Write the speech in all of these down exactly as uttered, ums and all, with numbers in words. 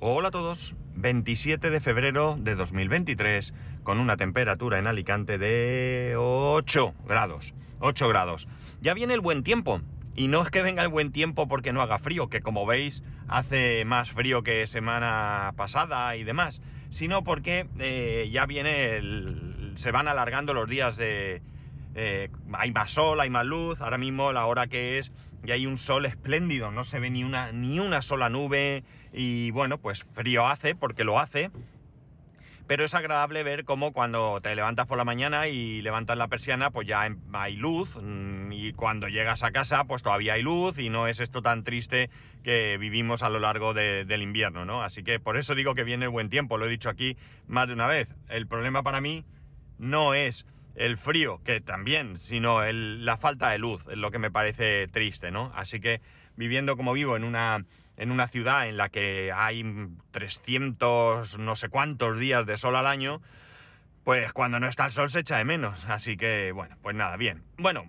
Hola a todos, veintisiete de febrero de dos mil veintitrés, con una temperatura en Alicante de ocho grados. ocho grados. Ya viene el buen tiempo, y no es que venga el buen tiempo porque no haga frío, que como veis hace más frío que semana pasada y demás, sino porque eh, ya viene el, se van alargando los días de... Eh, hay más sol, hay más luz. Ahora mismo la hora que es, y hay un sol espléndido, no se ve ni una, ni una sola nube, y bueno, pues frío hace, porque lo hace, pero es agradable ver cómo cuando te levantas por la mañana y levantas la persiana, pues ya hay luz, y cuando llegas a casa, pues todavía hay luz, y no es esto tan triste que vivimos a lo largo de, del invierno, ¿no? Así que por eso digo que viene el buen tiempo, lo he dicho aquí más de una vez. El problema para mí no es el frío, que también, sino el, la falta de luz, es lo que me parece triste, ¿no? Así que viviendo como vivo en una, en una ciudad en la que hay trescientos no sé cuántos días de sol al año, pues cuando no está el sol se echa de menos. Así que, bueno, pues nada, bien. Bueno,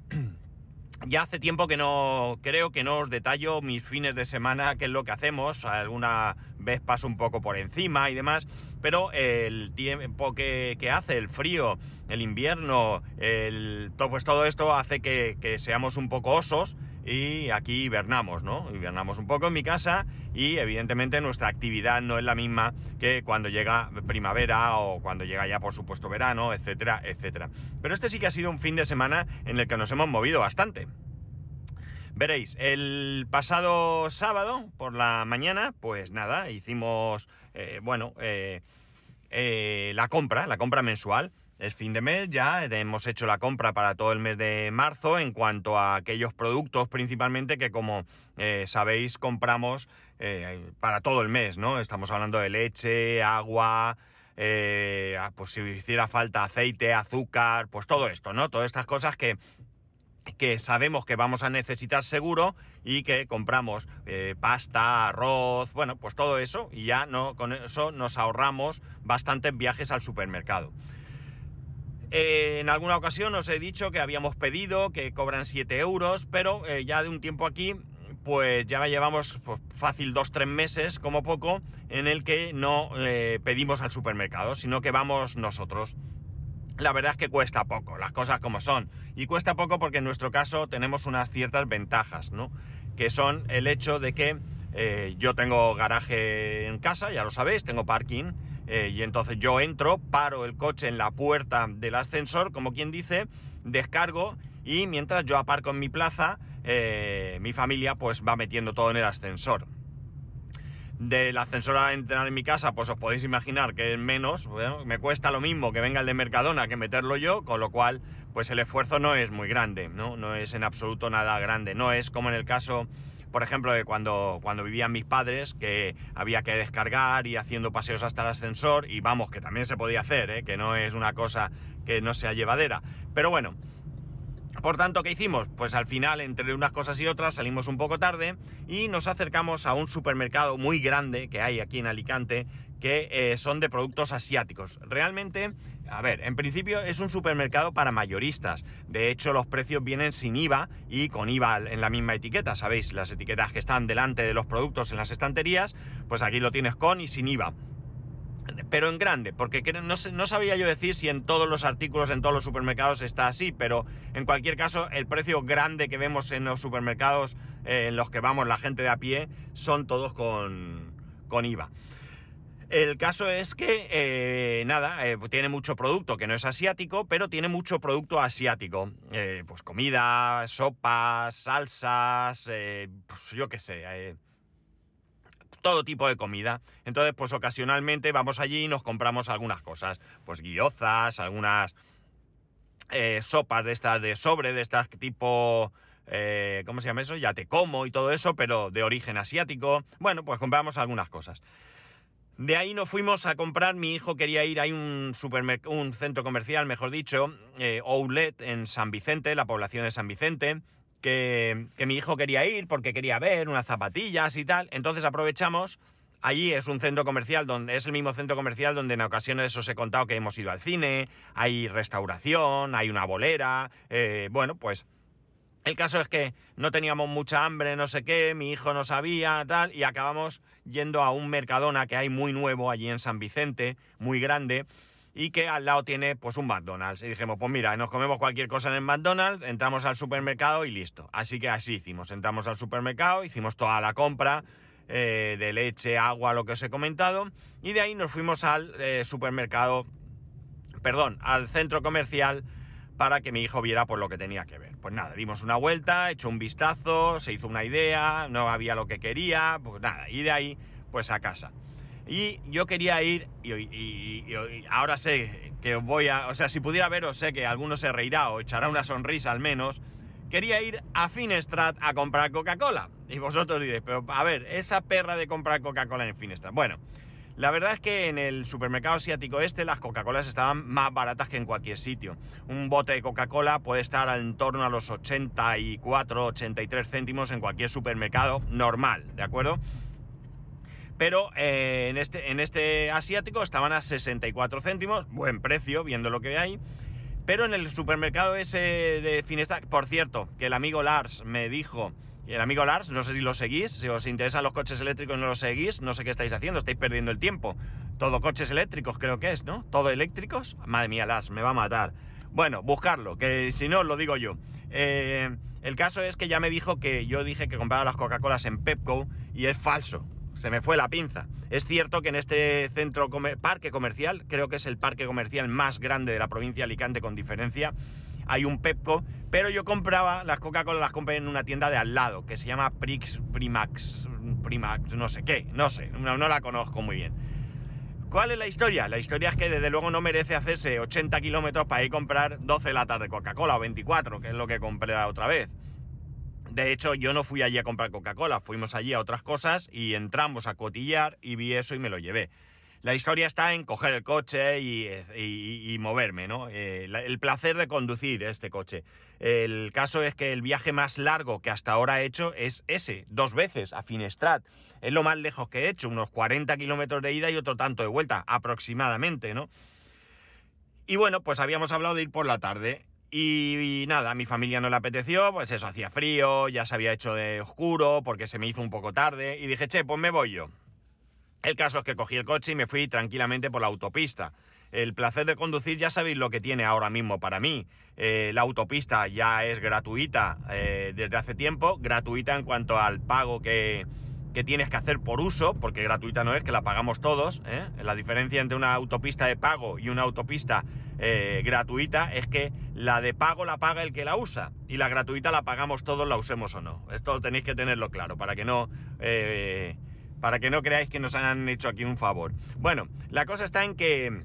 ya hace tiempo que no, creo que no os detallo mis fines de semana, qué es lo que hacemos. Alguna vez paso un poco por encima y demás, pero el tiempo que, que hace, el frío, el invierno, el, todo, pues todo esto hace que, que seamos un poco osos, y aquí hibernamos, ¿no? Hibernamos un poco en mi casa, y evidentemente nuestra actividad no es la misma que cuando llega primavera o cuando llega ya, por supuesto, verano, etcétera, etcétera. Pero este sí que ha sido un fin de semana en el que nos hemos movido bastante. Veréis, el pasado sábado por la mañana, pues nada, hicimos, eh, bueno, eh, eh, la compra, la compra mensual. Es fin de mes, ya hemos hecho la compra para todo el mes de marzo en cuanto a aquellos productos principalmente que, como eh, sabéis, compramos eh, para todo el mes, ¿no? Estamos hablando de leche, agua, eh, pues si hiciera falta aceite, azúcar, pues todo esto, ¿no? Todas estas cosas que que sabemos que vamos a necesitar seguro, y que compramos eh, pasta, arroz, bueno, pues todo eso, y ya no, con eso nos ahorramos bastantes viajes al supermercado. Eh, en alguna ocasión os he dicho que habíamos pedido, que cobran siete euros, pero eh, ya de un tiempo aquí, pues ya llevamos pues, fácil dos, tres meses, como poco, en el que no eh, pedimos al supermercado, sino que vamos nosotros. La verdad es que cuesta poco, las cosas como son. Y cuesta poco porque en nuestro caso tenemos unas ciertas ventajas, ¿no? Que son el hecho de que eh, yo tengo garaje en casa, ya lo sabéis, tengo parking, eh, y entonces yo entro, paro el coche en la puerta del ascensor, como quien dice, descargo, y mientras yo aparco en mi plaza, eh, mi familia pues va metiendo todo en el ascensor. Del ascensor a entrar en mi casa, pues os podéis imaginar que es menos, bueno, me cuesta lo mismo que venga el de Mercadona que meterlo yo, con lo cual, pues el esfuerzo no es muy grande, ¿no? No es en absoluto nada grande, no es como en el caso, por ejemplo, de cuando, cuando vivían mis padres, que había que descargar y haciendo paseos hasta el ascensor, y vamos, que también se podía hacer, ¿eh? Que no es una cosa que no sea llevadera, pero bueno. Por tanto, ¿qué hicimos? Pues al final, entre unas cosas y otras, salimos un poco tarde y nos acercamos a un supermercado muy grande que hay aquí en Alicante, que eh, son de productos asiáticos. Realmente, a ver, en principio es un supermercado para mayoristas. De hecho, los precios vienen sin I V A y con I V A en la misma etiqueta. ¿Sabéis? Las etiquetas que están delante de los productos en las estanterías, pues aquí lo tienes con y sin I V A. Pero en grande, porque no, no sabía yo decir si en todos los artículos, en todos los supermercados está así, pero en cualquier caso el precio grande que vemos en los supermercados eh, en los que vamos la gente de a pie son todos con, con I V A. El caso es que, eh, nada, eh, tiene mucho producto que no es asiático, pero tiene mucho producto asiático. Eh, pues comida, sopas, salsas, eh, pues yo qué sé... Eh, todo tipo de comida. Entonces, pues ocasionalmente vamos allí y nos compramos algunas cosas, pues guiozas, algunas eh, sopas de estas de sobre, de estas tipo, eh, ¿cómo se llama eso? Ya te como y todo eso, pero de origen asiático. Bueno, pues compramos algunas cosas. De ahí nos fuimos a comprar, mi hijo quería ir, hay un supermercado, un centro comercial, mejor dicho, eh, Outlet en San Vicente, la población de San Vicente, Que, que mi hijo quería ir porque quería ver unas zapatillas y tal. Entonces aprovechamos. Allí es un centro comercial, donde es el mismo centro comercial donde en ocasiones os he contado que hemos ido al cine, hay restauración, hay una bolera, eh, bueno, pues El caso es que no teníamos mucha hambre, no sé qué, mi hijo no sabía, tal, y acabamos yendo a un Mercadona que hay muy nuevo allí en San Vicente, muy grande, y que al lado tiene pues un McDonald's. Y dijimos, pues mira, nos comemos cualquier cosa en el McDonald's, entramos al supermercado y listo. Así que así hicimos, entramos al supermercado, hicimos toda la compra eh, de leche, agua, lo que os he comentado, y de ahí nos fuimos al eh, supermercado, perdón, al centro comercial, para que mi hijo viera por lo que tenía que ver. Pues nada, dimos una vuelta, echó un vistazo, se hizo una idea, no había lo que quería, pues nada, y de ahí, pues a casa. Y yo quería ir, y, y, y, y ahora sé que voy a... O sea, si pudiera veros, sé que alguno se reirá o echará una sonrisa al menos. Quería ir a Finestrat a comprar Coca-Cola. Y vosotros diréis, pero a ver, esa perra de comprar Coca-Cola en Finestrat. Bueno, la verdad es que en el supermercado asiático este las Coca-Colas estaban más baratas que en cualquier sitio. Un bote de Coca-Cola puede estar en torno a los ochenta y cuatro, ochenta y tres céntimos en cualquier supermercado normal, ¿de acuerdo? Pero eh, en, este, en este asiático estaban a sesenta y cuatro céntimos, buen precio, viendo lo que hay. Pero en el supermercado ese de Finestrat, por cierto, que el amigo Lars me dijo... El amigo Lars, no sé si lo seguís, si os interesan los coches eléctricos y no los seguís, no sé qué estáis haciendo, estáis perdiendo el tiempo. Todo coches eléctricos creo que es, ¿no? Todo eléctricos. Madre mía, Lars, me va a matar. Bueno, buscarlo, que si no, lo digo yo. Eh, el caso es que ya me dijo que yo dije que compraba las Coca-Colas en Pepco y es falso. Se me fue la pinza. Es cierto que en este centro comer- parque comercial, creo que es el parque comercial más grande de la provincia de Alicante con diferencia, hay un Pepco, pero yo compraba las Coca-Cola, las compré en una tienda de al lado, que se llama Prix, Primax, Primax, no sé qué, no sé, no, no la conozco muy bien. ¿Cuál es la historia? La historia es que desde luego no merece hacerse ochenta kilómetros para ir a comprar doce latas de Coca-Cola o veinticuatro, que es lo que compré la otra vez. De hecho, yo no fui allí a comprar Coca-Cola, fuimos allí a otras cosas y entramos a cotillar y vi eso y me lo llevé. La historia está en coger el coche y, y, y moverme, ¿no? Eh, el placer de conducir este coche. El caso es que el viaje más largo que hasta ahora he hecho es ese, dos veces, a Finestrat. Es lo más lejos que he hecho, unos cuarenta kilómetros de ida y otro tanto de vuelta, aproximadamente, ¿no? Y bueno, pues habíamos hablado de ir por la tarde. Y, y nada, a mi familia no le apeteció, pues eso, hacía frío, ya se había hecho de oscuro, porque se me hizo un poco tarde. Y dije, che, pues me voy yo. El caso es que cogí el coche y me fui tranquilamente por la autopista. El placer de conducir ya sabéis lo que tiene ahora mismo para mí. Eh, la autopista ya es gratuita eh, desde hace tiempo, gratuita en cuanto al pago que, que tienes que hacer por uso, porque gratuita no es, que la pagamos todos, ¿eh? La diferencia entre una autopista de pago y una autopista eh, gratuita es que la de pago la paga el que la usa y la gratuita la pagamos todos, la usemos o no. Esto tenéis que tenerlo claro para que no... Eh, para que no creáis que nos han hecho aquí un favor. Bueno, la cosa está en que...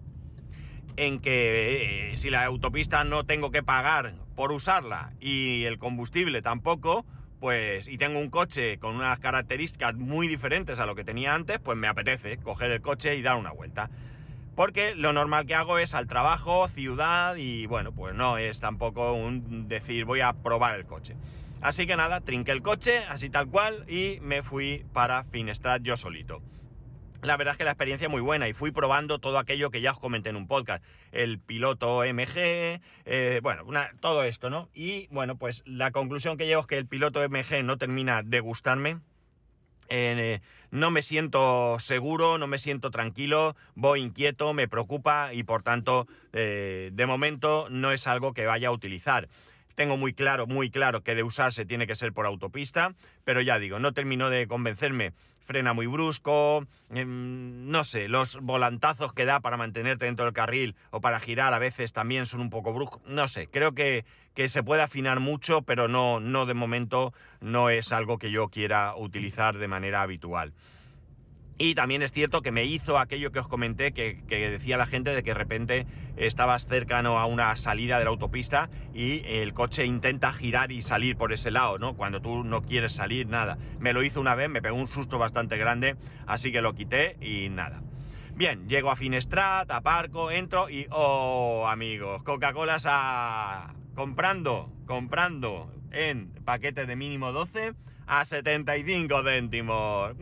En que eh, si la autopista no tengo que pagar por usarla y el combustible tampoco, pues... Y tengo un coche con unas características muy diferentes a lo que tenía antes, pues me apetece coger el coche y dar una vuelta. Porque lo normal que hago es al trabajo, ciudad y bueno, pues no es tampoco un decir voy a probar el coche. Así que nada, trinqué el coche, así tal cual, y me fui para Finestrat yo solito. La verdad es que la experiencia es muy buena y fui probando todo aquello que ya os comenté en un podcast. El piloto M G, eh, bueno, una, todo esto, ¿no? Y bueno, pues la conclusión que llevo es que el piloto M G no termina de gustarme. Eh, no me siento seguro, no me siento tranquilo, voy inquieto, me preocupa y por tanto, eh, de momento no es algo que vaya a utilizar. Tengo muy claro, muy claro que de usarse tiene que ser por autopista, pero ya digo, no terminó de convencerme. Frena muy brusco, eh, no sé, los volantazos que da para mantenerte dentro del carril o para girar a veces también son un poco bruscos, no sé, creo que, que se puede afinar mucho, pero no, no de momento no es algo que yo quiera utilizar de manera habitual. Y también es cierto que me hizo aquello que os comenté, que, que decía la gente de que de repente estabas cercano a una salida de la autopista y el coche intenta girar y salir por ese lado, ¿no? Cuando tú no quieres salir, nada. Me lo hizo una vez, me pegó un susto bastante grande, así que lo quité y nada. Bien, llego a Finestrat, aparco, entro y... ¡oh, amigos! Coca-Colas a... comprando, comprando en paquetes de mínimo doce... a setenta y cinco céntimos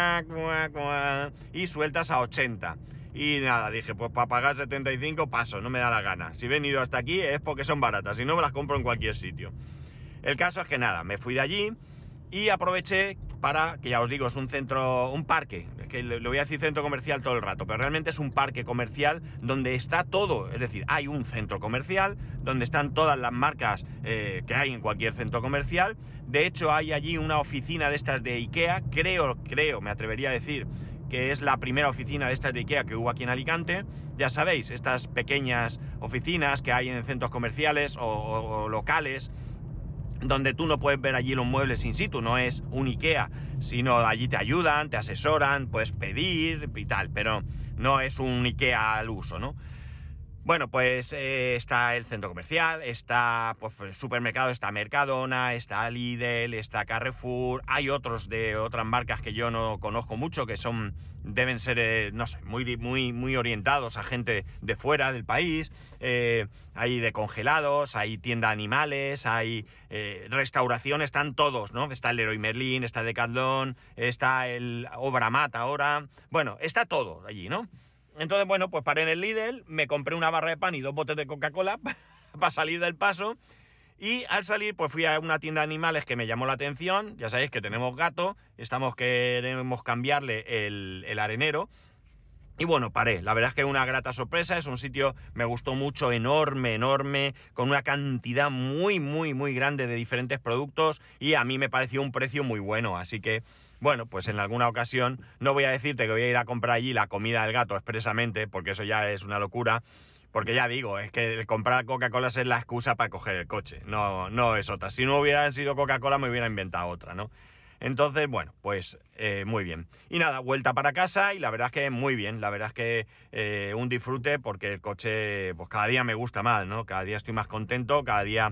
y sueltas a ochenta. Y nada, dije, pues para pagar setenta y cinco paso, no me da la gana. Si he venido hasta aquí es porque son baratas, si no me las compro en cualquier sitio. El caso es que nada, me fui de allí y aproveché para, que ya os digo, es un centro, un parque, es que le voy a decir centro comercial todo el rato, pero realmente es un parque comercial donde está todo, es decir, hay un centro comercial donde están todas las marcas eh, que hay en cualquier centro comercial. De hecho, hay allí una oficina de estas de IKEA, creo, creo, me atrevería a decir que es la primera oficina de estas de IKEA que hubo aquí en Alicante. Ya sabéis, estas pequeñas oficinas que hay en centros comerciales o, o, o locales, donde tú no puedes ver allí los muebles in situ, no es un IKEA, sino allí te ayudan, te asesoran, puedes pedir y tal, pero no es un IKEA al uso, ¿no? Bueno, pues eh, está el centro comercial, está pues, el supermercado, está Mercadona, está Lidl, está Carrefour, hay otros de otras marcas que yo no conozco mucho, que son, deben ser, eh, no sé, muy, muy, muy orientados a gente de fuera del país. Eh, hay de congelados, hay tienda de animales, hay eh, restauración, están todos, ¿no? Está el Leroy Merlin, está Decathlon, está el Obramat ahora, bueno, está todo allí, ¿no? Entonces, bueno, pues paré en el Lidl, me compré una barra de pan y dos botes de Coca-Cola para salir del paso. Y al salir, pues fui a una tienda de animales que me llamó la atención. Ya sabéis que tenemos gato, estamos queremos cambiarle el, el arenero. Y bueno, paré. La verdad es que es una grata sorpresa. Es un sitio, me gustó mucho, enorme, enorme, con una cantidad muy, muy, muy grande de diferentes productos. Y a mí me pareció un precio muy bueno. Así que, bueno, pues en alguna ocasión, no voy a decirte que voy a ir a comprar allí la comida del gato expresamente, porque eso ya es una locura. Porque ya digo, es que el comprar Coca-Cola es la excusa para coger el coche. No, no es otra. Si no hubieran sido Coca-Cola, me hubiera inventado otra, ¿no? Entonces, bueno, pues eh, muy bien. Y nada, vuelta para casa y la verdad es que muy bien. La verdad es que eh, un disfrute porque el coche, pues cada día me gusta más, ¿no? Cada día estoy más contento, cada día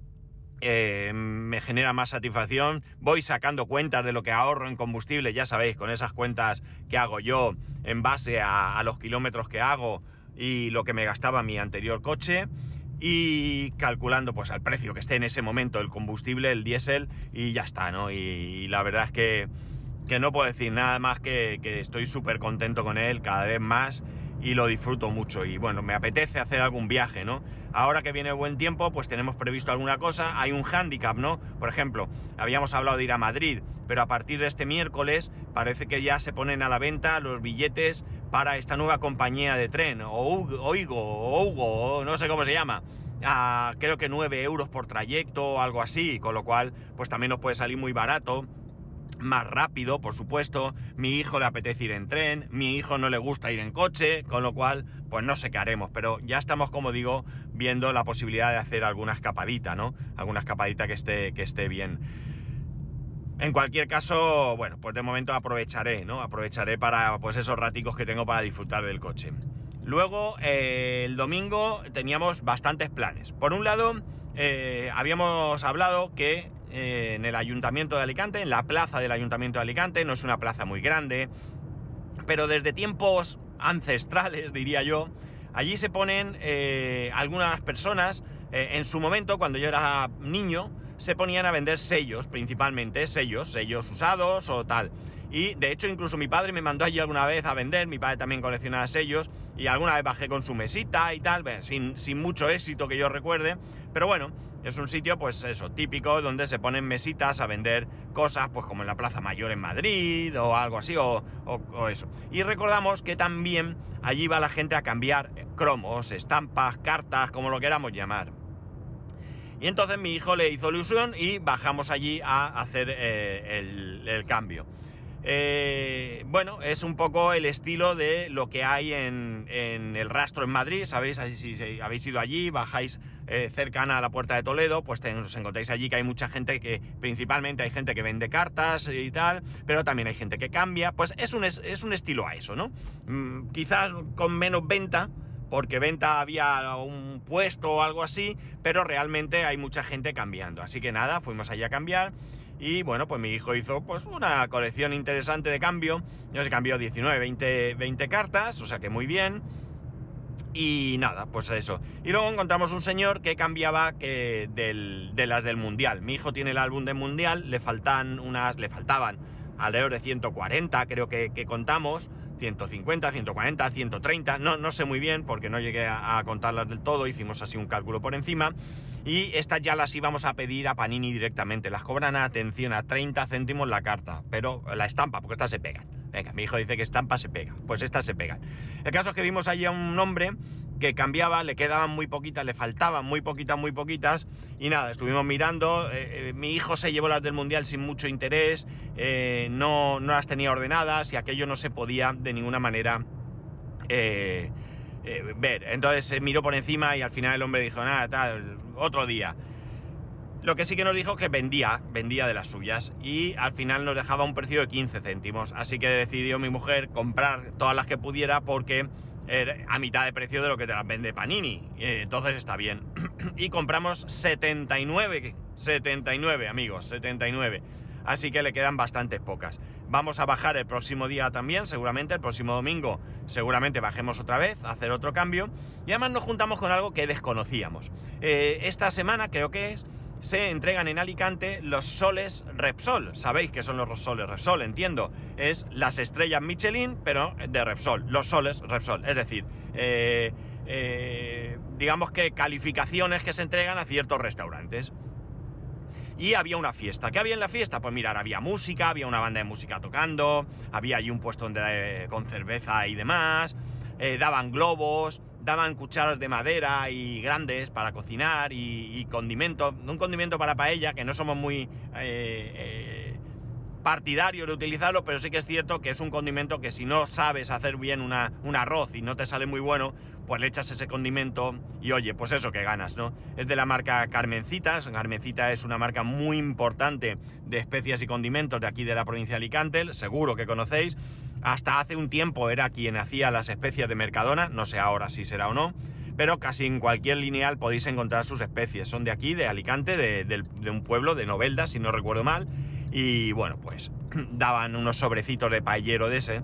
eh, me genera más satisfacción. Voy sacando cuentas de lo que ahorro en combustible, ya sabéis, con esas cuentas que hago yo en base a, a los kilómetros que hago y lo que me gastaba mi anterior coche. Y calculando pues al precio que esté en ese momento el combustible, el diésel, y ya está, ¿no? Y, y la verdad es que, que no puedo decir nada más que, que estoy súper contento con él cada vez más y lo disfruto mucho. Y bueno, me apetece hacer algún viaje, ¿no? Ahora que viene el buen tiempo, pues tenemos previsto alguna cosa. Hay un hándicap, ¿no? Por ejemplo, habíamos hablado de ir a Madrid, pero a partir de este miércoles parece que ya se ponen a la venta los billetes para esta nueva compañía de tren, o Oigo, o Hugo, o no sé cómo se llama, a, creo que nueve euros por trayecto o algo así, con lo cual pues también nos puede salir muy barato, más rápido, por supuesto. Mi hijo le apetece ir en tren, mi hijo no le gusta ir en coche, con lo cual pues no sé qué haremos, pero ya estamos, como digo, viendo la posibilidad de hacer alguna escapadita, ¿no? Alguna escapadita que esté, que esté bien. En cualquier caso, bueno, pues de momento aprovecharé, ¿no? Aprovecharé para, pues esos raticos que tengo para disfrutar del coche. Luego, eh, el domingo teníamos bastantes planes. Por un lado, eh, habíamos hablado que eh, en el Ayuntamiento de Alicante, en la plaza del Ayuntamiento de Alicante, no es una plaza muy grande, pero desde tiempos ancestrales, diría yo, allí se ponen eh, algunas personas, eh, en su momento, cuando yo era niño, se ponían a vender sellos, principalmente sellos, sellos usados o tal. Y de hecho incluso mi padre me mandó allí alguna vez a vender, mi padre también coleccionaba sellos, y alguna vez bajé con su mesita y tal, bueno, sin, sin mucho éxito que yo recuerde, pero bueno, es un sitio pues eso, típico, donde se ponen mesitas a vender cosas, pues como en la Plaza Mayor en Madrid o algo así, o, o, o eso. Y recordamos que también allí va la gente a cambiar cromos, estampas, cartas, como lo queramos llamar. Y entonces mi hijo le hizo ilusión y bajamos allí a hacer eh, el, el cambio. Eh, bueno, es un poco el estilo de lo que hay en, en el Rastro en Madrid, ¿sabéis? Si, si habéis ido allí, bajáis eh, cercana a la Puerta de Toledo, pues te, os encontráis allí que hay mucha gente que, principalmente hay gente que vende cartas y tal, pero también hay gente que cambia, pues es un, es, es un estilo a eso, ¿no? Mm, quizás con menos venta, porque venta había un puesto o algo así, pero realmente hay mucha gente cambiando. Así que nada, fuimos allí a cambiar y bueno, pues mi hijo hizo pues una colección interesante de cambio. Yo se cambió diecinueve, veinte, veinte cartas, o sea que muy bien. Y nada, pues eso. Y luego encontramos un señor que cambiaba que del, de las del Mundial. Mi hijo tiene el álbum del Mundial, le faltan unas, le faltaban alrededor de ciento cuarenta, creo que, que contamos, ciento cincuenta, ciento cuarenta, ciento treinta, no, no sé muy bien porque no llegué a, a contarlas del todo, hicimos así un cálculo por encima, y estas ya las íbamos a pedir a Panini directamente, las cobran, atención, a treinta céntimos la carta, pero la estampa, porque estas se pegan. Venga, mi hijo dice que estampa se pega, pues estas se pegan. El caso es que vimos allí a un hombre que cambiaba, le quedaban muy poquitas, le faltaban muy poquitas, muy poquitas, y nada, estuvimos mirando, eh, eh, mi hijo se llevó las del Mundial sin mucho interés, eh, no, no las tenía ordenadas y aquello no se podía de ninguna manera eh, eh, ver. Entonces eh, miró por encima y al final el hombre dijo, nada, tal, otro día. Lo que sí que nos dijo que vendía, vendía de las suyas, y al final nos dejaba un precio de quince céntimos, así que decidió mi mujer comprar todas las que pudiera porque era a mitad de precio de lo que te las vende Panini, entonces está bien. Y compramos setenta y nueve, setenta y nueve amigos, setenta y nueve, así que le quedan bastantes pocas. Vamos a bajar el próximo día también, seguramente el próximo domingo, seguramente bajemos otra vez, a hacer otro cambio, y además nos juntamos con algo que desconocíamos. Eh, esta semana creo que es, se entregan en Alicante los soles Repsol. Sabéis que son los soles Repsol, entiendo. Es las estrellas Michelin, pero de Repsol. Los soles Repsol. Es decir, eh, eh, digamos que calificaciones que se entregan a ciertos restaurantes. Y había una fiesta. ¿Qué había en la fiesta? Pues mirar, había música, había una banda de música tocando, había allí un puesto donde, eh, con cerveza y demás, eh, daban globos, daban cucharas de madera y grandes para cocinar y, y condimento, un condimento para paella, que no somos muy eh, eh, partidarios de utilizarlo, pero sí que es cierto que es un condimento que si no sabes hacer bien una, un arroz y no te sale muy bueno, pues le echas ese condimento y oye, pues eso que ganas, ¿no? Es de la marca Carmencitas. Carmencita es una marca muy importante de especias y condimentos de aquí de la provincia de Alicante, seguro que conocéis. Hasta hace un tiempo era quien hacía las especias de Mercadona, no sé ahora si será o no, pero casi en cualquier lineal podéis encontrar sus especies. Son de aquí, de Alicante, de, de, de un pueblo, de Novelda, si no recuerdo mal, y bueno, pues daban unos sobrecitos de paellero de ese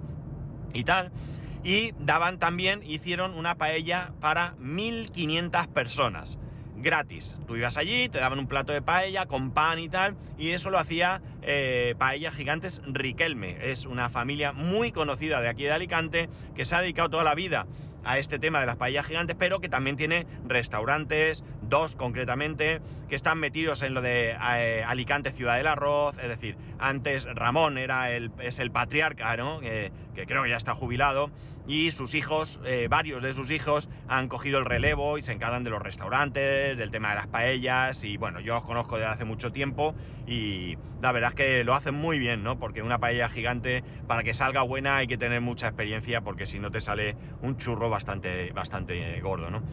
y tal, y daban también, hicieron una paella para mil quinientas personas, gratis. Tú ibas allí, te daban un plato de paella con pan y tal, y eso lo hacía eh, Paellas Gigantes Riquelme. Es una familia muy conocida de aquí de Alicante que se ha dedicado toda la vida a este tema de las paellas gigantes, pero que también tiene restaurantes, dos concretamente, que están metidos en lo de eh, Alicante Ciudad del Arroz. Es decir, antes Ramón era el, es el patriarca, ¿no? Que, que creo que ya está jubilado, y sus hijos, eh, varios de sus hijos han cogido el relevo y se encargan de los restaurantes, del tema de las paellas, y bueno, yo los conozco desde hace mucho tiempo y la verdad es que lo hacen muy bien, ¿no? Porque una paella gigante, para que salga buena hay que tener mucha experiencia, porque si no te sale un churro bastante, bastante gordo, ¿no?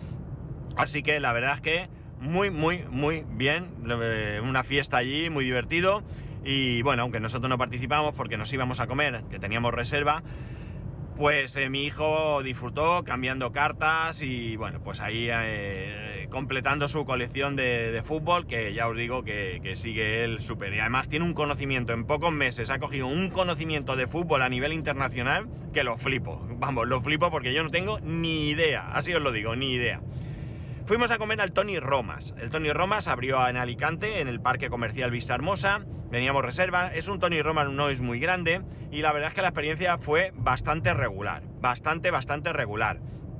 Así que la verdad es que muy, muy, muy bien, una fiesta allí, muy divertido, y bueno, aunque nosotros no participamos porque nos íbamos a comer, que teníamos reserva, pues eh, mi hijo disfrutó cambiando cartas y bueno, pues ahí eh, completando su colección de, de fútbol, que ya os digo que, que sigue él súper. Y además tiene un conocimiento, en pocos meses ha cogido un conocimiento de fútbol a nivel internacional que lo flipo. Vamos, lo flipo porque yo no tengo ni idea, así os lo digo, ni idea. Fuimos a comer al Tony Romas. El Tony Romas abrió en Alicante, en el Parque Comercial Vista Hermosa. Teníamos reserva. Es un Tony Romas, no es muy grande, y la verdad es que la experiencia fue bastante regular. Bastante, bastante regular.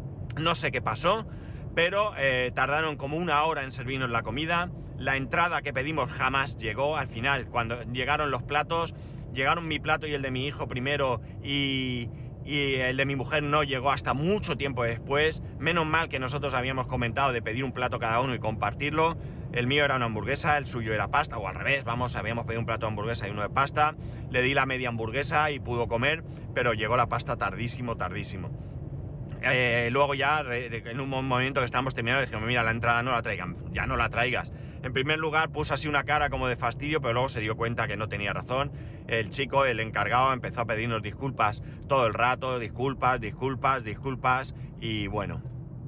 No sé qué pasó, pero eh, tardaron como una hora en servirnos la comida. La entrada que pedimos jamás llegó. Al final, cuando llegaron los platos, llegaron mi plato y el de mi hijo primero, y... y el de mi mujer no llegó hasta mucho tiempo después. Menos mal que nosotros habíamos comentado de pedir un plato cada uno y compartirlo. El mío era una hamburguesa, el suyo era pasta, o al revés, vamos, habíamos pedido un plato de hamburguesa y uno de pasta. Le di la media hamburguesa y pudo comer, pero llegó la pasta tardísimo, tardísimo. Eh, luego ya, en un momento que estábamos terminando, dijimos, mira, la entrada no la traigan, ya no la traigas. En primer lugar puso así una cara como de fastidio, pero luego se dio cuenta que no tenía razón. El chico, el encargado, empezó a pedirnos disculpas todo el rato, disculpas, disculpas, disculpas, y bueno.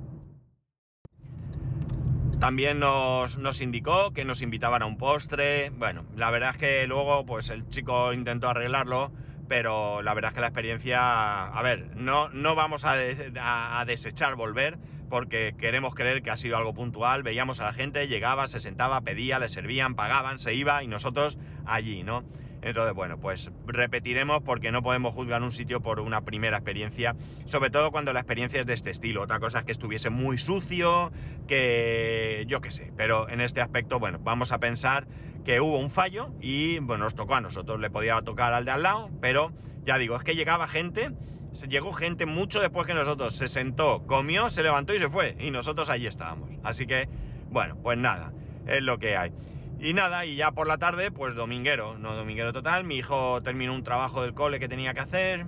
También nos, nos indicó que nos invitaban a un postre. Bueno, la verdad es que luego pues el chico intentó arreglarlo, pero la verdad es que la experiencia, a ver, no, no vamos a, de, a, a desechar volver, porque queremos creer que ha sido algo puntual. Veíamos a la gente, llegaba, se sentaba, pedía, le servían, pagaban, se iba, y nosotros allí, ¿no? Entonces, bueno, pues repetiremos porque no podemos juzgar un sitio por una primera experiencia, sobre todo cuando la experiencia es de este estilo. Otra cosa es que estuviese muy sucio, que yo qué sé, pero en este aspecto, bueno, vamos a pensar que hubo un fallo y, bueno, nos tocó a nosotros, le podía tocar al de al lado, pero ya digo, es que llegaba gente, se llegó gente mucho después que nosotros, se sentó, comió, se levantó y se fue, y nosotros allí estábamos. Así que, bueno, pues nada, es lo que hay. Y nada, y ya por la tarde, pues dominguero, no dominguero total, mi hijo terminó un trabajo del cole que tenía que hacer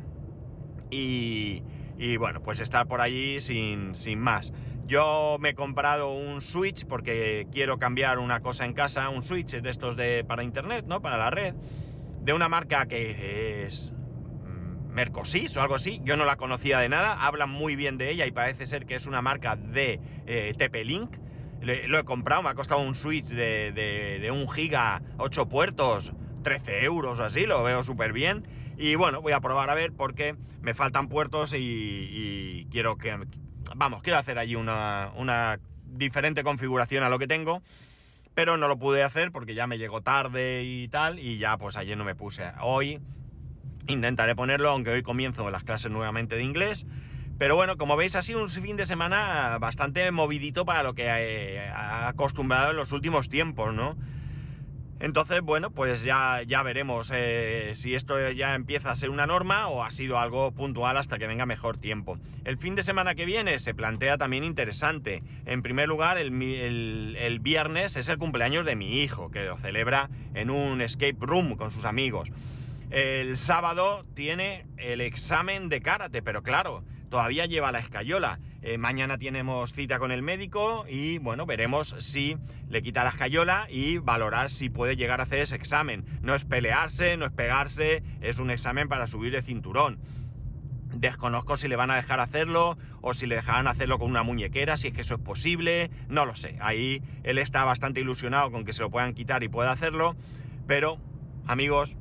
y, y bueno, pues estar por allí sin, sin más. Yo me he comprado un Switch porque quiero cambiar una cosa en casa, un Switch de estos de para internet, ¿no? Para la red, de una marca que es Mercosys o algo así, yo no la conocía de nada, hablan muy bien de ella y parece ser que es una marca de eh, T P-Link. Lo he comprado, me ha costado un Switch de, de, de un giga, ocho puertos, trece euros o así, lo veo súper bien. Y bueno, voy a probar a ver porque me faltan puertos y, y quiero que... Vamos, quiero hacer allí una, una diferente configuración a lo que tengo, pero no lo pude hacer porque ya me llegó tarde y tal, y ya pues ayer no me puse. Hoy intentaré ponerlo, aunque hoy comienzo las clases nuevamente de inglés. Pero bueno, como veis, ha sido un fin de semana bastante movidito para lo que he acostumbrado en los últimos tiempos, ¿no? Entonces, bueno, pues ya, ya veremos eh, si esto ya empieza a ser una norma o ha sido algo puntual hasta que venga mejor tiempo. El fin de semana que viene se plantea también interesante. En primer lugar, el, el, el viernes es el cumpleaños de mi hijo, que lo celebra en un escape room con sus amigos. El sábado tiene el examen de karate, pero claro, todavía lleva la escayola. Eh, mañana tenemos cita con el médico y, bueno, veremos si le quita la escayola y valorar si puede llegar a hacer ese examen. No es pelearse, no es pegarse, es un examen para subir el cinturón. Desconozco si le van a dejar hacerlo o si le dejarán hacerlo con una muñequera, si es que eso es posible, no lo sé. Ahí él está bastante ilusionado con que se lo puedan quitar y pueda hacerlo, pero, amigos...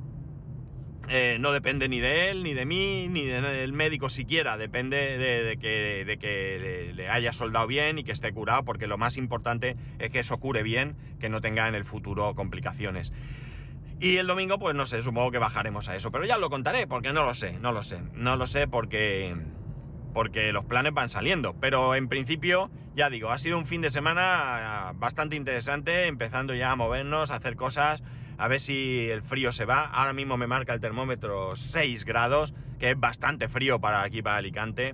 Eh, no depende ni de él, ni de mí, ni del médico siquiera, depende de, de que, de que le, le haya soldado bien y que esté curado, porque lo más importante es que eso cure bien, que no tenga en el futuro complicaciones. Y el domingo, pues no sé, supongo que bajaremos a eso, pero ya lo contaré, porque no lo sé, no lo sé, no lo sé porque, porque los planes van saliendo, pero en principio, ya digo, ha sido un fin de semana bastante interesante, empezando ya a movernos, a hacer cosas. A ver si el frío se va. Ahora mismo me marca el termómetro seis grados, que es bastante frío para aquí, para Alicante.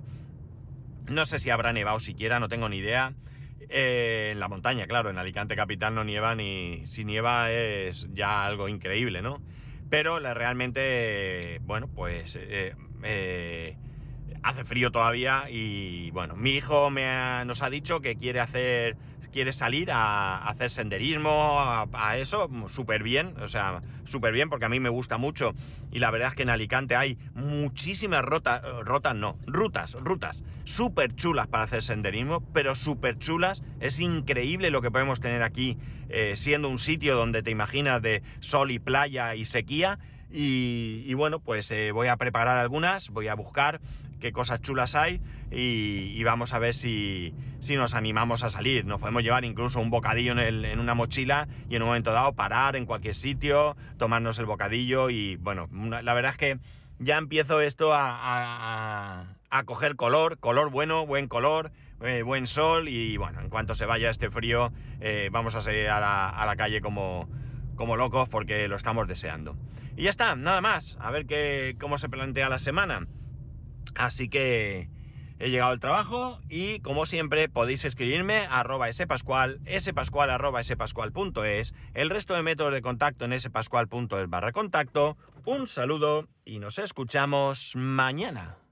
No sé si habrá nevado siquiera, no tengo ni idea. Eh, en la montaña, claro, en Alicante capital no nieva, ni si nieva es ya algo increíble, ¿no? Pero la, realmente, bueno, pues eh, eh, hace frío todavía y, bueno, mi hijo me ha, nos ha dicho que quiere hacer... quiere salir a, a hacer senderismo, a, a eso, súper bien, o sea, súper bien, porque a mí me gusta mucho, y la verdad es que en Alicante hay muchísimas rotas, rotas no, rutas, rutas, súper chulas para hacer senderismo, pero súper chulas, es increíble lo que podemos tener aquí, eh, siendo un sitio donde te imaginas de sol y playa y sequía, y, y bueno, pues eh, voy a preparar algunas, voy a buscar qué cosas chulas hay, y, y vamos a ver si, si nos animamos a salir. Nos podemos llevar incluso un bocadillo en, el, en una mochila y en un momento dado parar en cualquier sitio, tomarnos el bocadillo y, bueno, una, la verdad es que ya empiezo esto a, a, a coger color, color bueno, buen color, eh, buen sol y, bueno, en cuanto se vaya este frío eh, vamos a salir a la, a la calle como, como locos porque lo estamos deseando. Y ya está, nada más, a ver qué, cómo se plantea la semana. Así que he llegado al trabajo y, como siempre, podéis escribirme a arroba spascual, spascual arroba spascual punto es, el resto de métodos de contacto en spascual punto es barra contacto. Un saludo y nos escuchamos mañana.